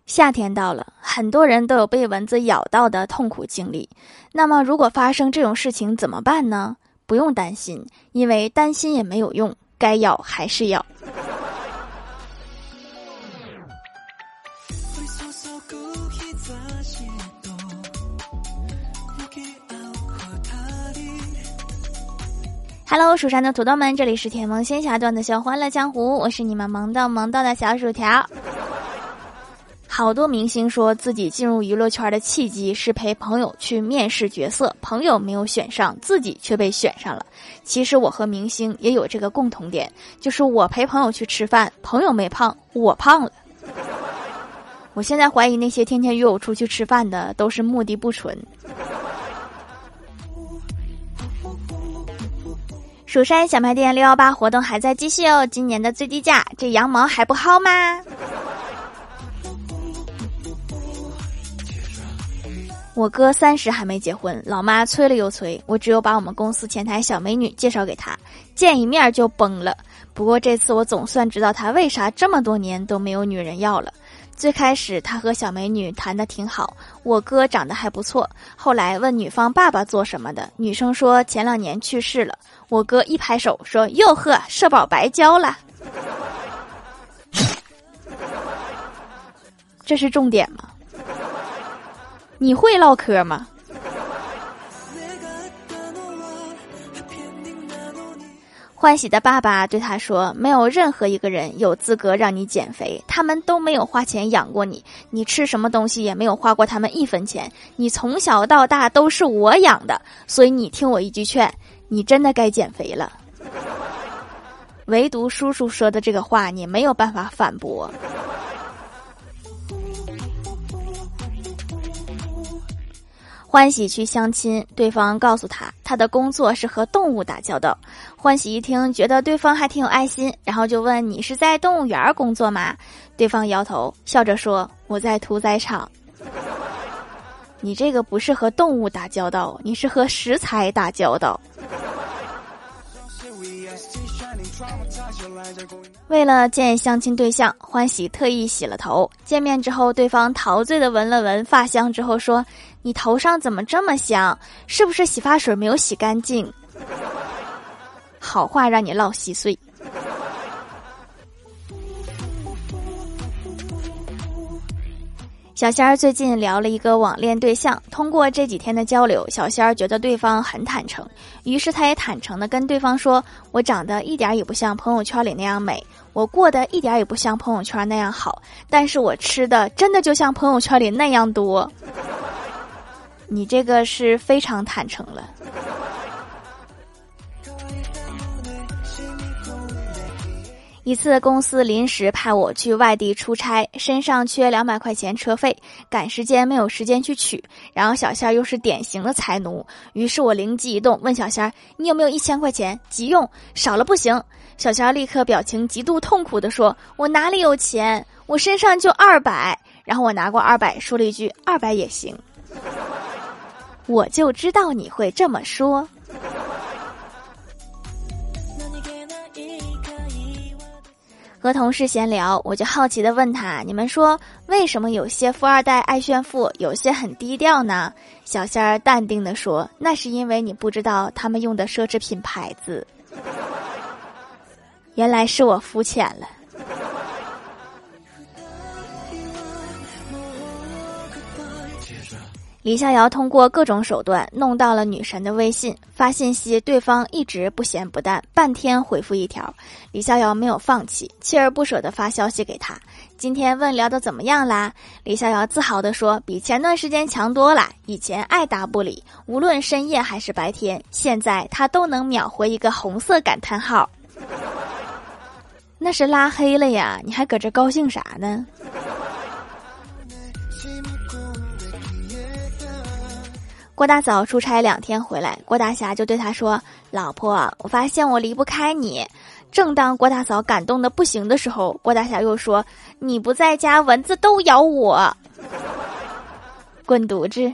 夏天到了，很多人都有被蚊子咬到的痛苦经历。那么，如果发生这种事情怎么办呢？不用担心，因为担心也没有用，该咬还是咬。Hello， 蜀山的土豆们，这里是甜萌仙侠段的小欢乐江湖，我是你们萌到的小薯条。好多明星说自己进入娱乐圈的契机是陪朋友去面试角色，朋友没有选上，自己却被选上了。其实我和明星也有这个共同点，就是我陪朋友去吃饭，朋友没胖，我胖了。我现在怀疑那些天天约我出去吃饭的都是目的不纯。蜀山小卖店618活动还在继续哦，今年的最低价，这羊毛还不薅吗？我哥30还没结婚，老妈催了又催，我只有把我们公司前台小美女介绍给他，见一面就崩了。不过这次我总算知道他为啥这么多年都没有女人要了。最开始他和小美女谈得挺好，我哥长得还不错，后来问女方爸爸做什么的，女生说前2年去世了，我哥一拍手说哟呵，社保白交了。这是重点吗？你会唠嗑吗？欢喜的爸爸对他说，没有任何一个人有资格让你减肥，他们都没有花钱养过你，你吃什么东西也没有花过他们1分钱，你从小到大都是我养的，所以你听我一句劝，你真的该减肥了。唯独叔叔说的这个话你没有办法反驳。欢喜去相亲，对方告诉他他的工作是和动物打交道。欢喜一听觉得对方还挺有爱心，然后就问你是在动物园工作吗？对方摇头笑着说我在屠宰场。你这个不是和动物打交道，你是和食材打交道。为了见相亲对象，欢喜特意洗了头。见面之后，对方陶醉地闻了闻发香之后说，你头上怎么这么香？是不是洗发水没有洗干净？好话让你唠稀碎。小仙儿最近聊了一个网恋对象，通过这几天的交流，小仙儿觉得对方很坦诚，于是他也坦诚地跟对方说，我长得一点也不像朋友圈里那样美，我过得一点也不像朋友圈那样好，但是我吃的真的就像朋友圈里那样多。你这个是非常坦诚了。一次公司临时派我去外地出差，身上缺200块钱车费，赶时间没有时间去取，然后小仙儿又是典型的财奴，于是我灵机一动问小仙儿，你有没有1000块钱急用，少了不行。小仙儿立刻表情极度痛苦地说，我哪里有钱，我身上就200。然后我拿过200说了一句200也行。我就知道你会这么说。和同事闲聊，我就好奇地问他，你们说为什么有些富二代爱炫富，有些很低调呢？小仙儿淡定地说，那是因为你不知道他们用的奢侈品牌子。原来是我肤浅了。李逍遥通过各种手段弄到了女神的微信，发信息对方一直不咸不淡，半天回复1条。李逍遥没有放弃，锲而不舍地发消息给他，今天问聊得怎么样啦？李逍遥自豪地说，比前段时间强多了，以前爱答不理，无论深夜还是白天，现在他都能秒回一个红色感叹号。那是拉黑了呀，你还搁这高兴啥呢？郭大嫂出差2天回来，郭大侠就对她说，老婆，我发现我离不开你。正当郭大嫂感动的不行的时候，郭大侠又说，你不在家蚊子都咬我。滚犊子。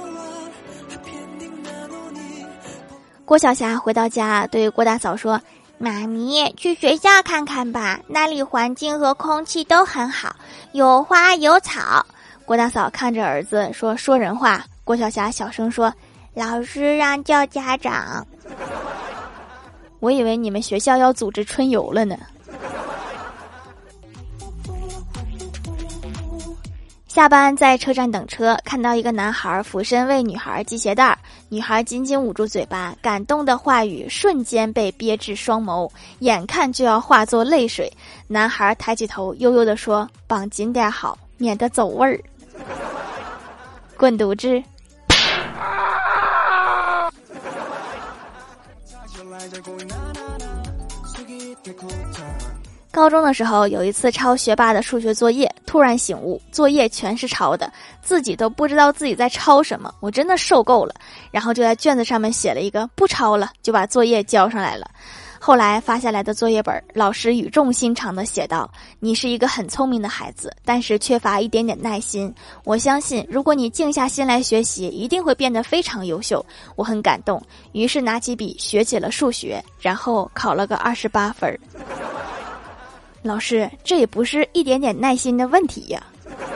郭晓霞回到家对郭大嫂说， 妈咪，去学校看看吧，那里环境和空气都很好，有花有草。郭大嫂看着儿子说人话。郭晓霞小声说，老师让叫家长。我以为你们学校要组织春游了呢。下班在车站等车，看到一个男孩俯身为女孩系鞋带，女孩紧紧捂住嘴巴，感动的话语瞬间被憋至双眸，眼看就要化作泪水。男孩抬起头悠悠地说，绑紧点好，免得走味儿。滚犊子。高中的时候有一次抄学霸的数学作业，突然醒悟，作业全是抄的，自己都不知道自己在抄什么，我真的受够了，然后就在卷子上面写了一个不抄了，就把作业交上来了。后来发下来的作业本，老师语重心长地写道，你是一个很聪明的孩子，但是缺乏一点点耐心，我相信如果你静下心来学习，一定会变得非常优秀。我很感动，于是拿起笔学起了数学，然后考了个28分。老师，这也不是一点点耐心的问题呀。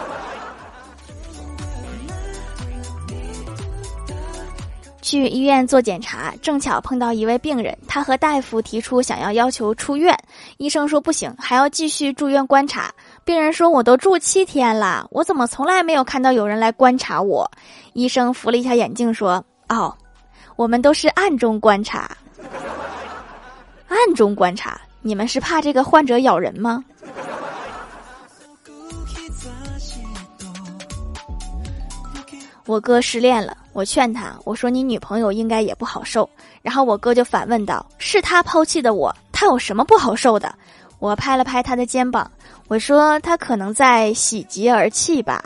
去医院做检查，正巧碰到一位病人，他和大夫提出要求出院，医生说不行，还要继续住院观察。病人说，我都住7天了，我怎么从来没有看到有人来观察我？医生扶了一下眼镜说，哦，我们都是暗中观察。暗中观察，你们是怕这个患者咬人吗？我哥失恋了，我劝他，我说你女朋友应该也不好受。然后我哥就反问道，是他抛弃的我，他有什么不好受的？我拍了拍他的肩膀，我说他可能在喜极而泣吧。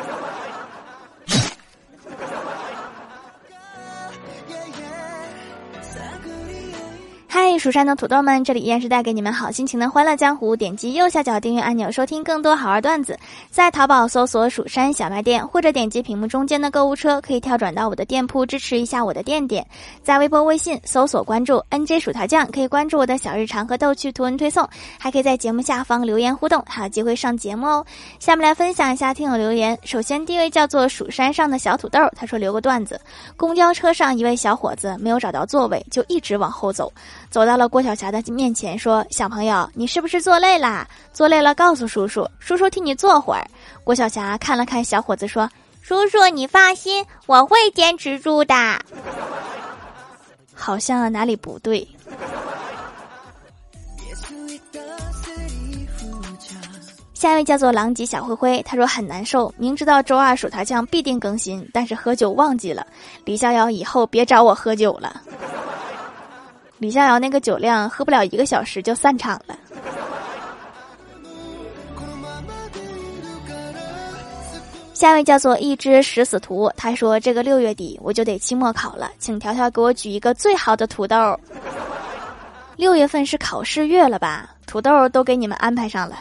嗨，蜀山的土豆们，这里依然是带给你们好心情的欢乐江湖。点击右下角订阅按钮，收听更多好玩段子。在淘宝搜索蜀山小卖店，或者点击屏幕中间的购物车，可以跳转到我的店铺，支持一下我的店点。在微博微信搜索关注 NJ 薯条酱，可以关注我的小日常和逗趣图文推送，还可以在节目下方留言互动，还有机会上节目哦。下面来分享一下听友留言。首先第一位叫做蜀山上的小土豆，他说留个段子，公交车上一位小伙子没有找到座位，就一直往后走，走到了郭晓霞的面前说，小朋友，你是不是坐累啦？坐累了告诉叔叔，叔叔替你坐会儿。郭晓霞看了看小伙子说，叔叔你放心，我会坚持住的。好像哪里不对。下一位叫做狼藉小灰灰，他说很难受，明知道周二薯条酱必定更新，但是喝酒忘记了。李逍遥以后别找我喝酒了。李逍遥那个酒量喝不了1个小时就散场了。下一位叫做一只食死徒，他说这个6月底我就得期末考了，请条条给我举一个最好的土豆。6月份是考试月了吧？土豆都给你们安排上了。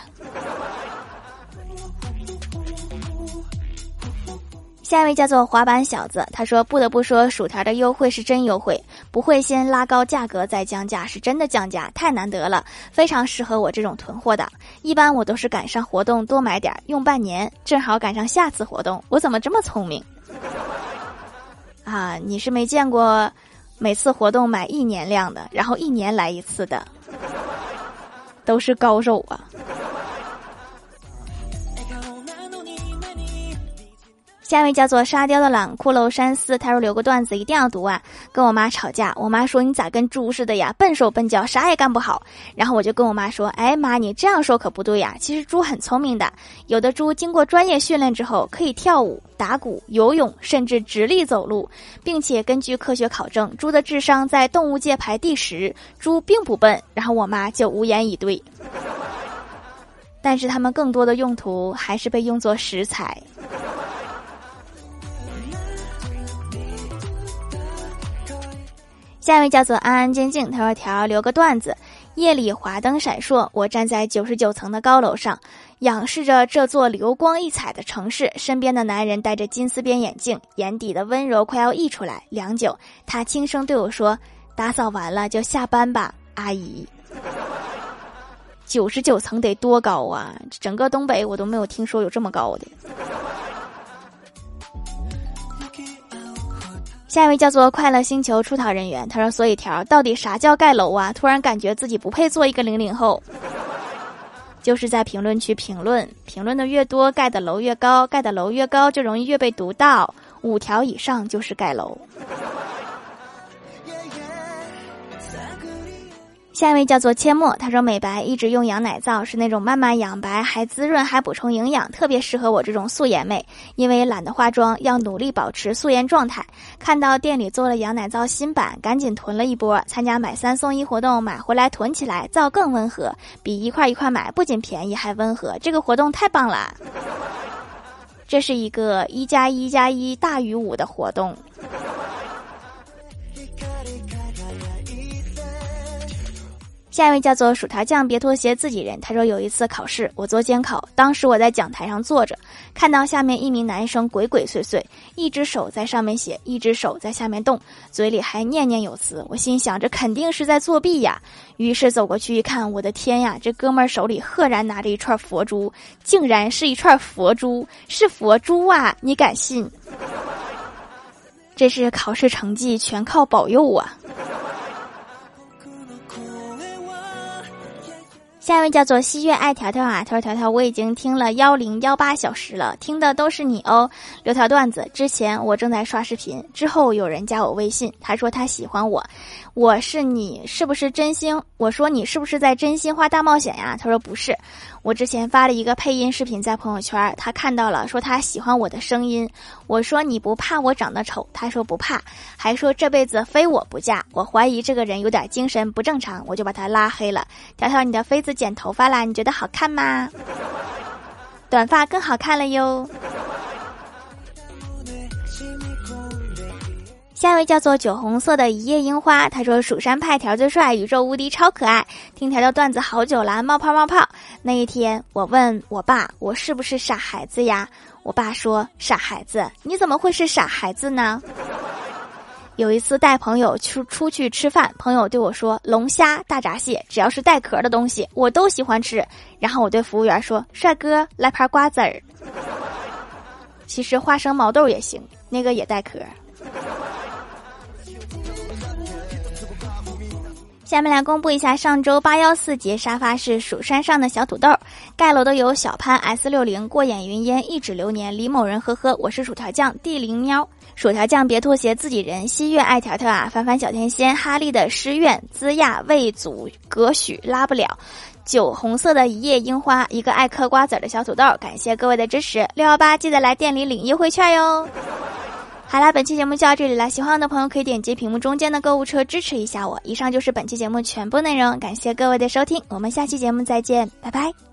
下一位叫做滑板小子，他说不得不说薯条的优惠是真优惠，不会先拉高价格再降价，是真的降价，太难得了，非常适合我这种囤货的。一般我都是赶上活动多买点，用半年，正好赶上下次活动，我怎么这么聪明啊？你是没见过每次活动买1年量的，然后1年来一次的，都是高手啊。下一位叫做沙雕的朗骷髅山寺，他说留个段子一定要读啊。跟我妈吵架，我妈说你咋跟猪似的呀，笨手笨脚，啥也干不好。然后我就跟我妈说，哎妈，你这样说可不对呀，其实猪很聪明的，有的猪经过专业训练之后可以跳舞、打鼓、游泳，甚至直立走路，并且根据科学考证，猪的智商在动物界排第10，猪并不笨。然后我妈就无言以对。但是它们更多的用途还是被用作食材。下一位叫做安安静静，他说条留个段子，夜里华灯闪烁，我站在99层的高楼上，仰视着这座流光溢彩的城市，身边的男人戴着金丝边眼镜，眼底的温柔快要溢出来。良久，他轻声对我说，打扫完了就下班吧，阿姨。 99层得多高啊！整个东北我都没有听说有这么高的。下一位叫做快乐星球出逃人员，他说：“所以条到底啥叫盖楼啊？突然感觉自己不配做一个00后。”就是在评论区评论的越多，盖的楼越高，盖的楼越高就容易越被读到，5条以上就是盖楼。下一位叫做阡陌，他说美白一直用羊奶皂，是那种慢慢养白还滋润还补充营养，特别适合我这种素颜妹，因为懒得化妆，要努力保持素颜状态。看到店里做了羊奶皂新版，赶紧囤了一波，参加买3送1活动，买回来囤起来，皂更温和，比一块买不仅便宜还温和，这个活动太棒了。这是一个1+1+1大于5的活动。下一位叫做薯条酱别拖鞋自己人，他说有一次考试我做监考，当时我在讲台上坐着，看到下面一名男生鬼鬼祟祟，一只手在上面写，一只手在下面动，嘴里还念念有词，我心想这肯定是在作弊呀，于是走过去一看，我的天呀，这哥们儿手里赫然拿着一串佛珠，竟然是一串佛珠，是佛珠啊，你敢信？这是考试成绩全靠保佑啊。下一位叫做西月爱条条啊，他说条条我已经听了1018小时了，听的都是你哦。留条段子，之前我正在刷视频，之后有人加我微信，他说他喜欢我，我是你是不是真心？我说你是不是在真心话大冒险呀？他说不是，我之前发了一个配音视频在朋友圈，他看到了，说他喜欢我的声音。我说你不怕我长得丑？他说不怕，还说这辈子非我不嫁。我怀疑这个人有点精神不正常，我就把他拉黑了。条条，你的妃子剪头发啦，你觉得好看吗？短发更好看了哟。下一位叫做酒红色的一叶樱花，他说蜀山派条最帅，宇宙无敌超可爱，听条条段子好久啦，冒泡冒泡。那一天我问我爸，我是不是傻孩子呀？我爸说傻孩子，你怎么会是傻孩子呢？有一次带朋友出去吃饭，朋友对我说龙虾大闸蟹只要是带壳的东西我都喜欢吃，然后我对服务员说帅哥来盘瓜子儿。其实花生毛豆也行，那个也带壳。下面来公布一下上周814节沙发是蜀山上的小土豆，盖楼的有小潘 S60 过眼云烟一指流年李某人呵呵，我是薯条酱地灵喵，薯条酱别拖鞋自己人西月爱条条啊，凡凡小天仙哈利的诗愿资亚未祖葛许拉不了，酒红色的一叶樱花，一个爱嗑瓜子的小土豆，感谢各位的支持，618记得来店里领优惠券哟。好啦，本期节目就到这里了，喜欢的朋友可以点击屏幕中间的购物车支持一下我。以上就是本期节目全部内容，感谢各位的收听，我们下期节目再见，拜拜。